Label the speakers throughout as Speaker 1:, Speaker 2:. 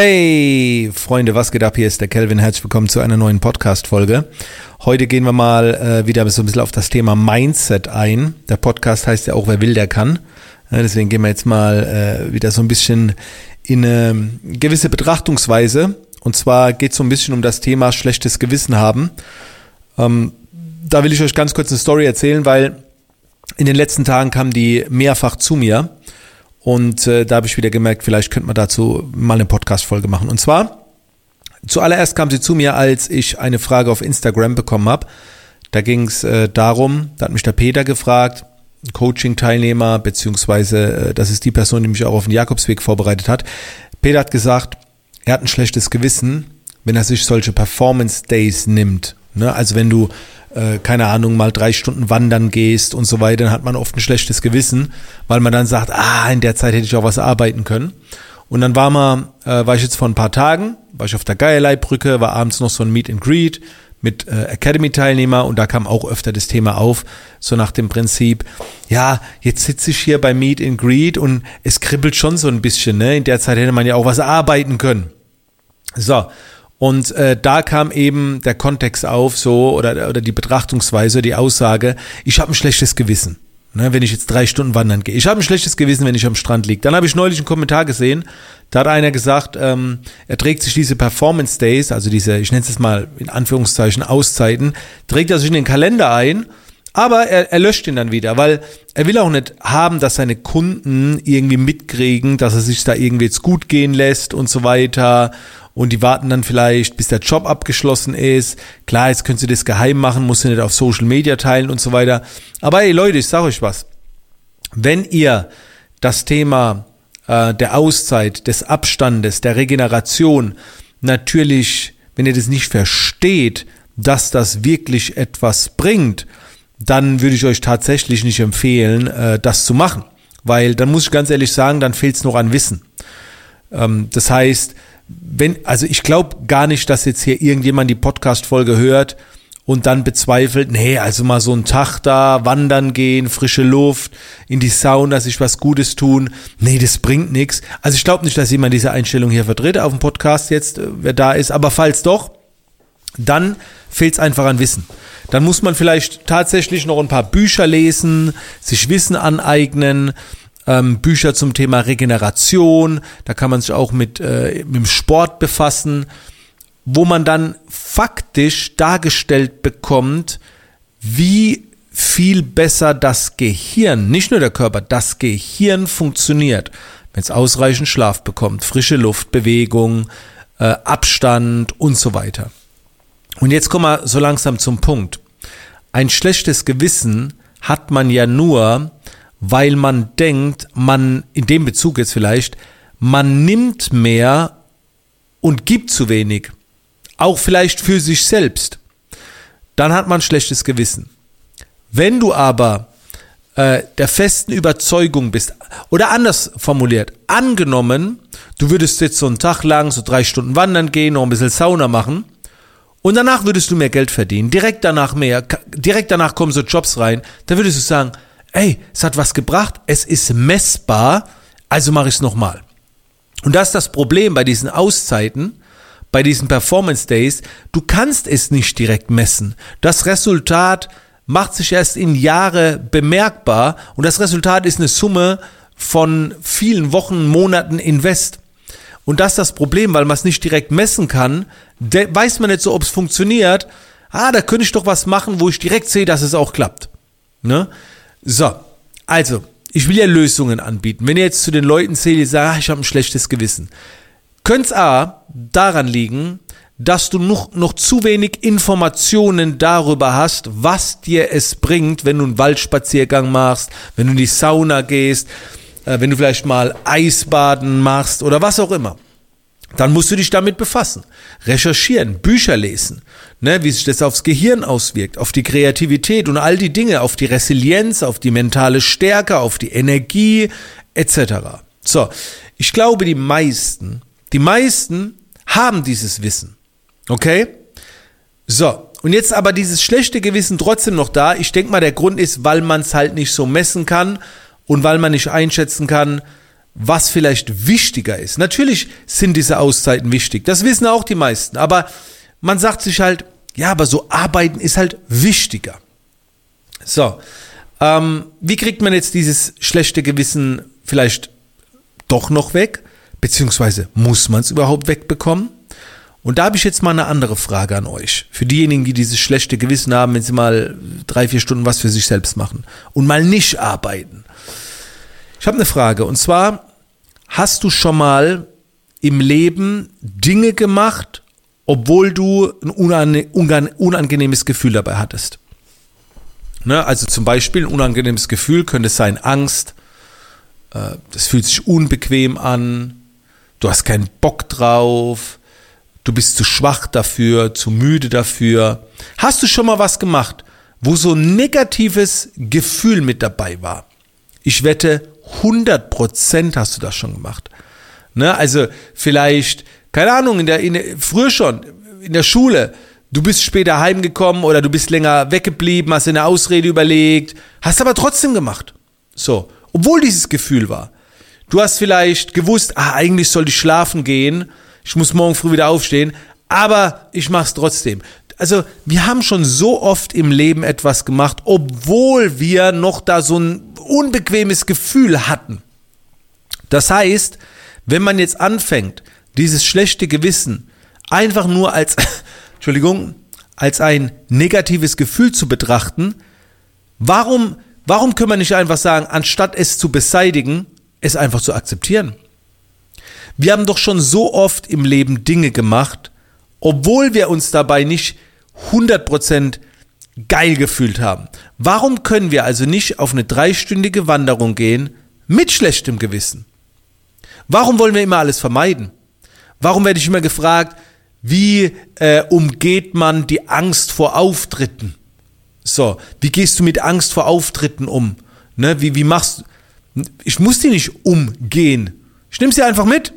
Speaker 1: Hey Freunde, was geht ab? Hier ist der Kelvin. Herzlich willkommen zu einer neuen Podcast-Folge. Heute gehen wir mal wieder so ein bisschen auf das Thema Mindset ein. Der Podcast heißt ja auch, wer will, der kann. Deswegen gehen wir jetzt mal wieder so ein bisschen in eine gewisse Betrachtungsweise. Und zwar geht es so ein bisschen um das Thema schlechtes Gewissen haben. Da will ich euch ganz kurz eine Story erzählen, weil in den letzten Tagen kamen die mehrfach zu mir. Und da habe ich wieder gemerkt, vielleicht könnte man dazu mal eine Podcast-Folge machen. Und zwar, zuallererst kam sie zu mir, als ich eine Frage auf Instagram bekommen habe. Da ging es darum, da hat mich der Peter gefragt, Coaching-Teilnehmer, beziehungsweise das ist die Person, die mich auch auf den Jakobsweg vorbereitet hat. Peter hat gesagt, er hat ein schlechtes Gewissen, wenn er sich solche Performance-Days nimmt. Ne? Also wenn du keine Ahnung, mal 3 Stunden wandern gehst und so weiter, dann hat man oft ein schlechtes Gewissen, weil man dann sagt, in der Zeit hätte ich auch was arbeiten können. Und dann war ich jetzt vor ein paar Tagen, war ich auf der Geierlei-Brücke, war abends noch so ein Meet and Greet mit Academy-Teilnehmer und da kam auch öfter das Thema auf, so nach dem Prinzip, ja, jetzt sitze ich hier bei Meet and Greet und es kribbelt schon so ein bisschen, ne? In der Zeit hätte man ja auch was arbeiten können. So. Und da kam eben der Kontext auf, so oder die Betrachtungsweise, die Aussage, ich habe ein schlechtes Gewissen, ne, wenn ich jetzt 3 Stunden wandern gehe. Ich habe ein schlechtes Gewissen, wenn ich am Strand liege. Dann habe ich neulich einen Kommentar gesehen, da hat einer gesagt, er trägt sich diese Performance Days, also diese, ich nenne es mal in Anführungszeichen Auszeiten, trägt er sich in den Kalender ein, aber er löscht ihn dann wieder, weil er will auch nicht haben, dass seine Kunden irgendwie mitkriegen, dass er sich da irgendwie jetzt gut gehen lässt und so weiter. Und die warten dann vielleicht, bis der Job abgeschlossen ist. Klar, jetzt könnt ihr das geheim machen, musst du nicht auf Social Media teilen und so weiter. Aber hey Leute, ich sage euch was. Wenn ihr das Thema der Auszeit, des Abstandes, der Regeneration natürlich, wenn ihr das nicht versteht, dass das wirklich etwas bringt, dann würde ich euch tatsächlich nicht empfehlen, das zu machen. Weil dann muss ich ganz ehrlich sagen, dann fehlt es noch an Wissen. Das heißt, ich glaube gar nicht, dass jetzt hier irgendjemand die Podcast-Folge hört und dann bezweifelt, also mal so einen Tag da, wandern gehen, frische Luft, in die Sauna, sich was Gutes tun. Das bringt nichts. Also ich glaube nicht, dass jemand diese Einstellung hier vertritt auf dem Podcast jetzt, wer da ist. Aber falls doch, dann fehlt es einfach an Wissen. Dann muss man vielleicht tatsächlich noch ein paar Bücher lesen, sich Wissen aneignen, Bücher zum Thema Regeneration, da kann man sich auch mit dem Sport befassen, wo man dann faktisch dargestellt bekommt, wie viel besser das Gehirn, nicht nur der Körper, das Gehirn funktioniert, wenn es ausreichend Schlaf bekommt, frische Luft, Bewegung, Abstand und so weiter. Und jetzt kommen wir so langsam zum Punkt. Ein schlechtes Gewissen hat man ja nur, weil man denkt, in dem Bezug jetzt vielleicht, man nimmt mehr und gibt zu wenig. Auch vielleicht für sich selbst. Dann hat man schlechtes Gewissen. Wenn du aber der festen Überzeugung bist, oder anders formuliert, angenommen, du würdest jetzt so einen Tag lang, so 3 Stunden wandern gehen, noch ein bisschen Sauna machen, und danach würdest du mehr Geld verdienen, direkt danach kommen so Jobs rein, dann würdest du sagen, es hat was gebracht, es ist messbar, also mache ich es nochmal. Und das ist das Problem bei diesen Auszeiten, bei diesen Performance Days, du kannst es nicht direkt messen. Das Resultat macht sich erst in Jahre bemerkbar und das Resultat ist eine Summe von vielen Wochen, Monaten Invest. Und das ist das Problem, weil man es nicht direkt messen kann, weiß man nicht so, ob es funktioniert. Da könnte ich doch was machen, wo ich direkt sehe, dass es auch klappt. Ne? So, also, ich will ja Lösungen anbieten. Wenn ihr jetzt zu den Leuten zählt, die sagen, ich habe ein schlechtes Gewissen, könnte es daran liegen, dass du noch zu wenig Informationen darüber hast, was dir es bringt, wenn du einen Waldspaziergang machst, wenn du in die Sauna gehst, wenn du vielleicht mal Eisbaden machst oder was auch immer. Dann musst du dich damit befassen, recherchieren, Bücher lesen, wie sich das aufs Gehirn auswirkt, auf die Kreativität und all die Dinge, auf die Resilienz, auf die mentale Stärke, auf die Energie etc. So, ich glaube, die meisten haben dieses Wissen, okay? So, und jetzt aber dieses schlechte Gewissen trotzdem noch da. Ich denke mal, der Grund ist, weil man es halt nicht so messen kann und weil man nicht einschätzen kann, was vielleicht wichtiger ist. Natürlich sind diese Auszeiten wichtig, das wissen auch die meisten, aber man sagt sich halt, ja, aber so arbeiten ist halt wichtiger. So, wie kriegt man jetzt dieses schlechte Gewissen vielleicht doch noch weg, beziehungsweise muss man es überhaupt wegbekommen? Und da habe ich jetzt mal eine andere Frage an euch. Für diejenigen, die dieses schlechte Gewissen haben, wenn sie mal 3-4 Stunden was für sich selbst machen und mal nicht arbeiten. Ich habe eine Frage, und zwar, hast du schon mal im Leben Dinge gemacht, obwohl du ein unangenehmes Gefühl dabei hattest? Ne, also zum Beispiel ein unangenehmes Gefühl könnte sein Angst, das fühlt sich unbequem an, du hast keinen Bock drauf, du bist zu schwach dafür, zu müde dafür. Hast du schon mal was gemacht, wo so ein negatives Gefühl mit dabei war? Ich wette, 100% hast du das schon gemacht. Ne? Also vielleicht, keine Ahnung, früher schon, in der Schule, du bist später heimgekommen oder du bist länger weggeblieben, hast eine Ausrede überlegt, hast aber trotzdem gemacht. So, obwohl dieses Gefühl war. Du hast vielleicht gewusst, eigentlich sollte ich schlafen gehen, ich muss morgen früh wieder aufstehen, aber ich mach's trotzdem. Also wir haben schon so oft im Leben etwas gemacht, obwohl wir noch da so ein unbequemes Gefühl hatten. Das heißt, wenn man jetzt anfängt, dieses schlechte Gewissen einfach nur als ein negatives Gefühl zu betrachten, warum können wir nicht einfach sagen, anstatt es zu beseitigen, es einfach zu akzeptieren? Wir haben doch schon so oft im Leben Dinge gemacht, obwohl wir uns dabei nicht 100% geil gefühlt haben. Warum können wir also nicht auf eine 3-stündige Wanderung gehen mit schlechtem Gewissen? Warum wollen wir immer alles vermeiden? Warum werde ich immer gefragt, wie umgeht man die Angst vor Auftritten? So, wie gehst du mit Angst vor Auftritten um? Ne, wie machst du? Ich muss die nicht umgehen. Ich nehme sie einfach mit.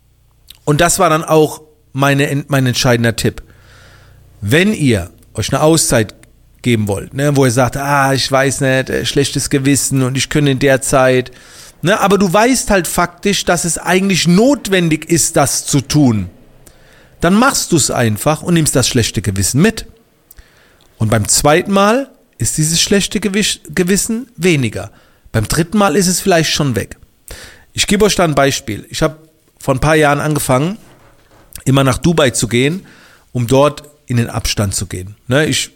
Speaker 1: Und das war dann auch mein entscheidender Tipp. Wenn ihr euch eine Auszeit geben wollt, ne, wo ihr sagt, ich weiß nicht, schlechtes Gewissen und ich könnte in der Zeit, ne, aber du weißt halt faktisch, dass es eigentlich notwendig ist, das zu tun, dann machst du es einfach und nimmst das schlechte Gewissen mit. Und beim zweiten Mal ist dieses schlechte Gewissen weniger. Beim dritten Mal ist es vielleicht schon weg. Ich gebe euch da ein Beispiel. Ich habe vor ein paar Jahren angefangen, immer nach Dubai zu gehen, um dort in den Abstand zu gehen. Ne, ich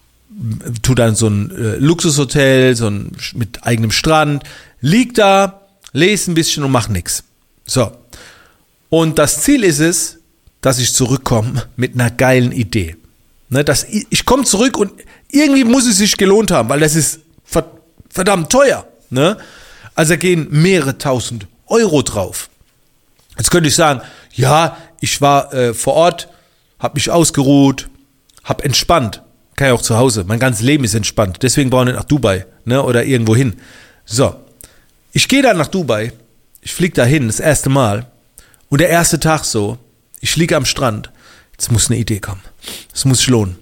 Speaker 1: tue dann so ein Luxushotel, mit eigenem Strand, lieg da, lese ein bisschen und mach nichts. So. Und das Ziel ist es, dass ich zurückkomme mit einer geilen Idee. Ne, ich komme zurück und irgendwie muss es sich gelohnt haben, weil das ist verdammt teuer. Ne? Also gehen mehrere tausend Euro drauf. Jetzt könnte ich sagen, ja, ich war vor Ort, habe mich ausgeruht, habe entspannt. Kann ja auch zu Hause. Mein ganzes Leben ist entspannt. Deswegen brauche ich nicht nach Dubai, ne, oder irgendwo hin. So, ich gehe dann nach Dubai. Ich fliege da hin, das erste Mal. Und der erste Tag so, ich liege am Strand. Jetzt muss eine Idee kommen. Es muss sich lohnen.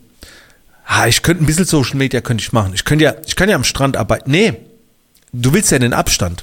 Speaker 1: Ich könnte ein bisschen Social Media könnte ich machen. Ich kann ja am Strand arbeiten. Nee, du willst ja den Abstand.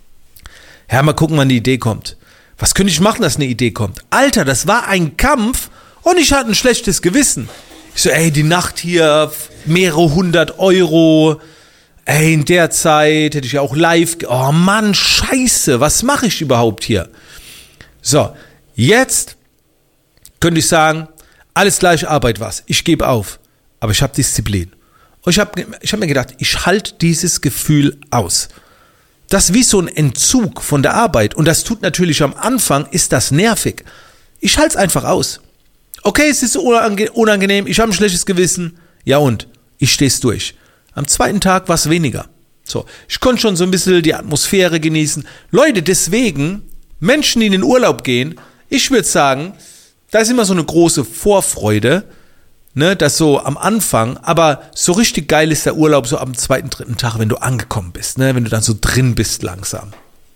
Speaker 1: Ja, mal gucken, wann die Idee kommt. Was könnte ich machen, dass eine Idee kommt? Alter, das war ein Kampf und ich hatte ein schlechtes Gewissen. Ich so, die Nacht hier, mehrere 100 Euro. In der Zeit hätte ich ja auch live. Oh Mann, scheiße, was mache ich überhaupt hier? So, jetzt könnte ich sagen, alles gleich, Arbeit was. Ich gebe auf. Aber ich habe Disziplin. Und ich hab mir gedacht, ich halte dieses Gefühl aus. Das ist wie so ein Entzug von der Arbeit. Und das tut natürlich am Anfang, ist das nervig. Ich halte es einfach aus. Okay, es ist unangenehm, ich habe ein schlechtes Gewissen. Ja und? Ich stehe es durch. Am zweiten Tag war es weniger. So, ich konnte schon so ein bisschen die Atmosphäre genießen. Leute, deswegen, Menschen, die in den Urlaub gehen, ich würde sagen, da ist immer so eine große Vorfreude, ne, das so am Anfang, aber so richtig geil ist der Urlaub so am 2., 3. Tag, wenn du angekommen bist, ne, wenn du dann so drin bist langsam.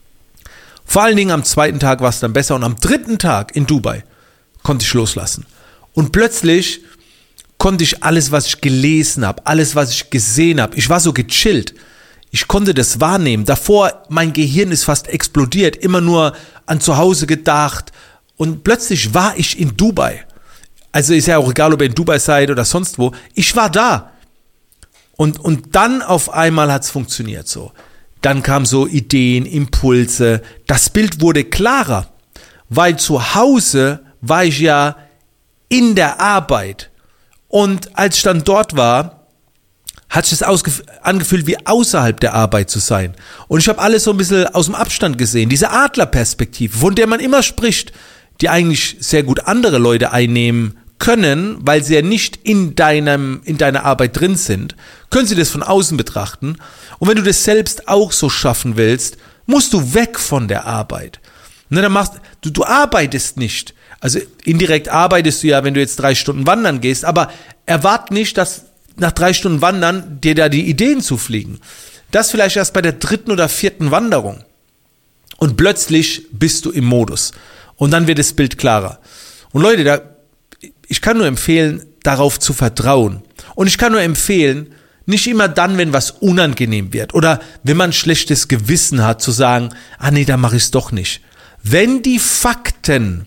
Speaker 1: Vor allen Dingen am 2. Tag war es dann besser und am 3. Tag in Dubai konnte ich loslassen. Und plötzlich konnte ich alles, was ich gelesen habe, alles, was ich gesehen habe, ich war so gechillt. Ich konnte das wahrnehmen. Davor, mein Gehirn ist fast explodiert, immer nur an zu Hause gedacht. Und plötzlich war ich in Dubai. Also ist ja auch egal, ob ihr in Dubai seid oder sonst wo. Ich war da. Und dann auf einmal hat's funktioniert so. Dann kamen so Ideen, Impulse. Das Bild wurde klarer. Weil zu Hause war ich ja in der Arbeit. Und als ich dann dort war, hat sich das angefühlt, wie außerhalb der Arbeit zu sein. Und ich habe alles so ein bisschen aus dem Abstand gesehen. Diese Adlerperspektive, von der man immer spricht, die eigentlich sehr gut andere Leute einnehmen können, weil sie ja nicht in deiner Arbeit drin sind, können sie das von außen betrachten. Und wenn du das selbst auch so schaffen willst, musst du weg von der Arbeit. Ne, dann du arbeitest nicht. Also indirekt arbeitest du ja, wenn du jetzt 3 Stunden wandern gehst, aber erwart nicht, dass nach 3 Stunden Wandern dir da die Ideen zufliegen. Das vielleicht erst bei der 3. oder 4. Wanderung. Und plötzlich bist du im Modus. Und dann wird das Bild klarer. Und Leute, ich kann nur empfehlen, darauf zu vertrauen. Und ich kann nur empfehlen, nicht immer dann, wenn was unangenehm wird oder wenn man ein schlechtes Gewissen hat, zu sagen, nee, da mache ich es doch nicht. Wenn die Fakten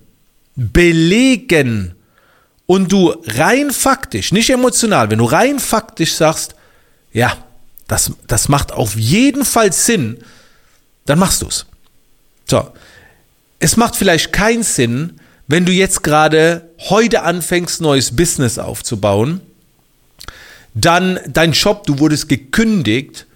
Speaker 1: belegen und du rein faktisch, nicht emotional, wenn du rein faktisch sagst, ja, das macht auf jeden Fall Sinn, dann machst du es. So, es macht vielleicht keinen Sinn, wenn du jetzt gerade heute anfängst, neues Business aufzubauen, dann dein Job, du wurdest gekündigt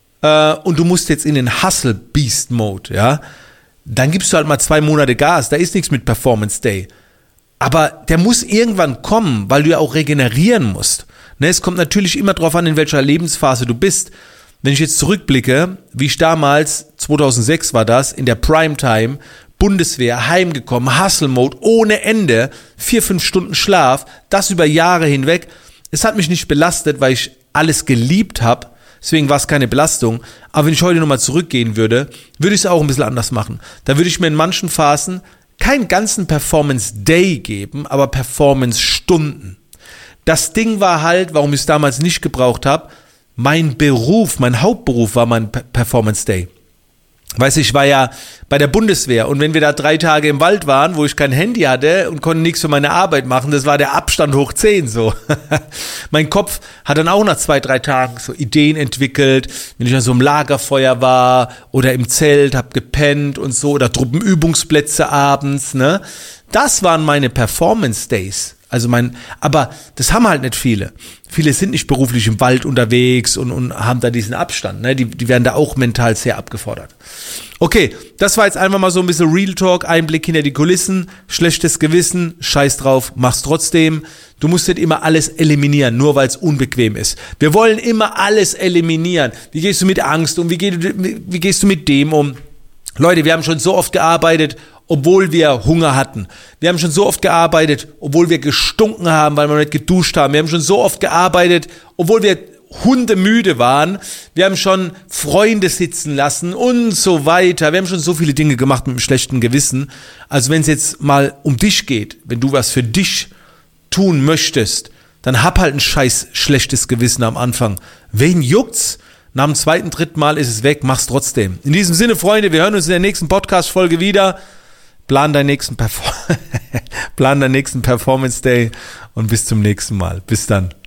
Speaker 1: und du musst jetzt in den Hustle-Beast-Mode, ja, dann gibst du halt mal 2 Monate Gas, da ist nichts mit Performance Day. Aber der muss irgendwann kommen, weil du ja auch regenerieren musst. Ne, es kommt natürlich immer drauf an, in welcher Lebensphase du bist. Wenn ich jetzt zurückblicke, wie ich damals, 2006 war das, in der Primetime, Bundeswehr, heimgekommen, Hustle-Mode, ohne Ende, 4-5 Stunden Schlaf, das über Jahre hinweg. Es hat mich nicht belastet, weil ich alles geliebt habe. Deswegen war es keine Belastung. Aber wenn ich heute nochmal zurückgehen würde, würde ich es auch ein bisschen anders machen. Da würde ich mir in manchen Phasen keinen ganzen Performance-Day geben, aber Performance-Stunden. Das Ding war halt, warum ich es damals nicht gebraucht habe, mein Beruf, mein Hauptberuf war mein Performance-Day. Weißt du, ich war ja bei der Bundeswehr und wenn wir da 3 Tage im Wald waren, wo ich kein Handy hatte und konnte nichts für meine Arbeit machen, das war der Abstand hoch 10 so. Mein Kopf hat dann auch nach 2-3 Tagen so Ideen entwickelt, wenn ich dann so im Lagerfeuer war oder im Zelt, hab gepennt und so oder Truppenübungsplätze abends, ne? Das waren meine Performance Days. Also aber das haben halt nicht viele. Viele sind nicht beruflich im Wald unterwegs und haben da diesen Abstand, ne? Die werden da auch mental sehr abgefordert. Okay, das war jetzt einfach mal so ein bisschen Real Talk, Einblick hinter die Kulissen, schlechtes Gewissen, scheiß drauf, mach's trotzdem. Du musst nicht immer alles eliminieren, nur weil es unbequem ist. Wir wollen immer alles eliminieren. Wie gehst du mit Angst um? Wie gehst du mit dem um? Leute, wir haben schon so oft gearbeitet, obwohl wir Hunger hatten. Wir haben schon so oft gearbeitet, obwohl wir gestunken haben, weil wir nicht geduscht haben. Wir haben schon so oft gearbeitet, obwohl wir hundemüde waren. Wir haben schon Freunde sitzen lassen und so weiter. Wir haben schon so viele Dinge gemacht mit einem schlechten Gewissen. Also wenn es jetzt mal um dich geht, wenn du was für dich tun möchtest, dann hab halt ein scheiß schlechtes Gewissen am Anfang. Wen juckt's? Nach dem 2., 3. Mal ist es weg, mach's trotzdem. In diesem Sinne, Freunde, wir hören uns in der nächsten Podcast-Folge wieder. Plan deinen nächsten Performance Day und bis zum nächsten Mal. Bis dann.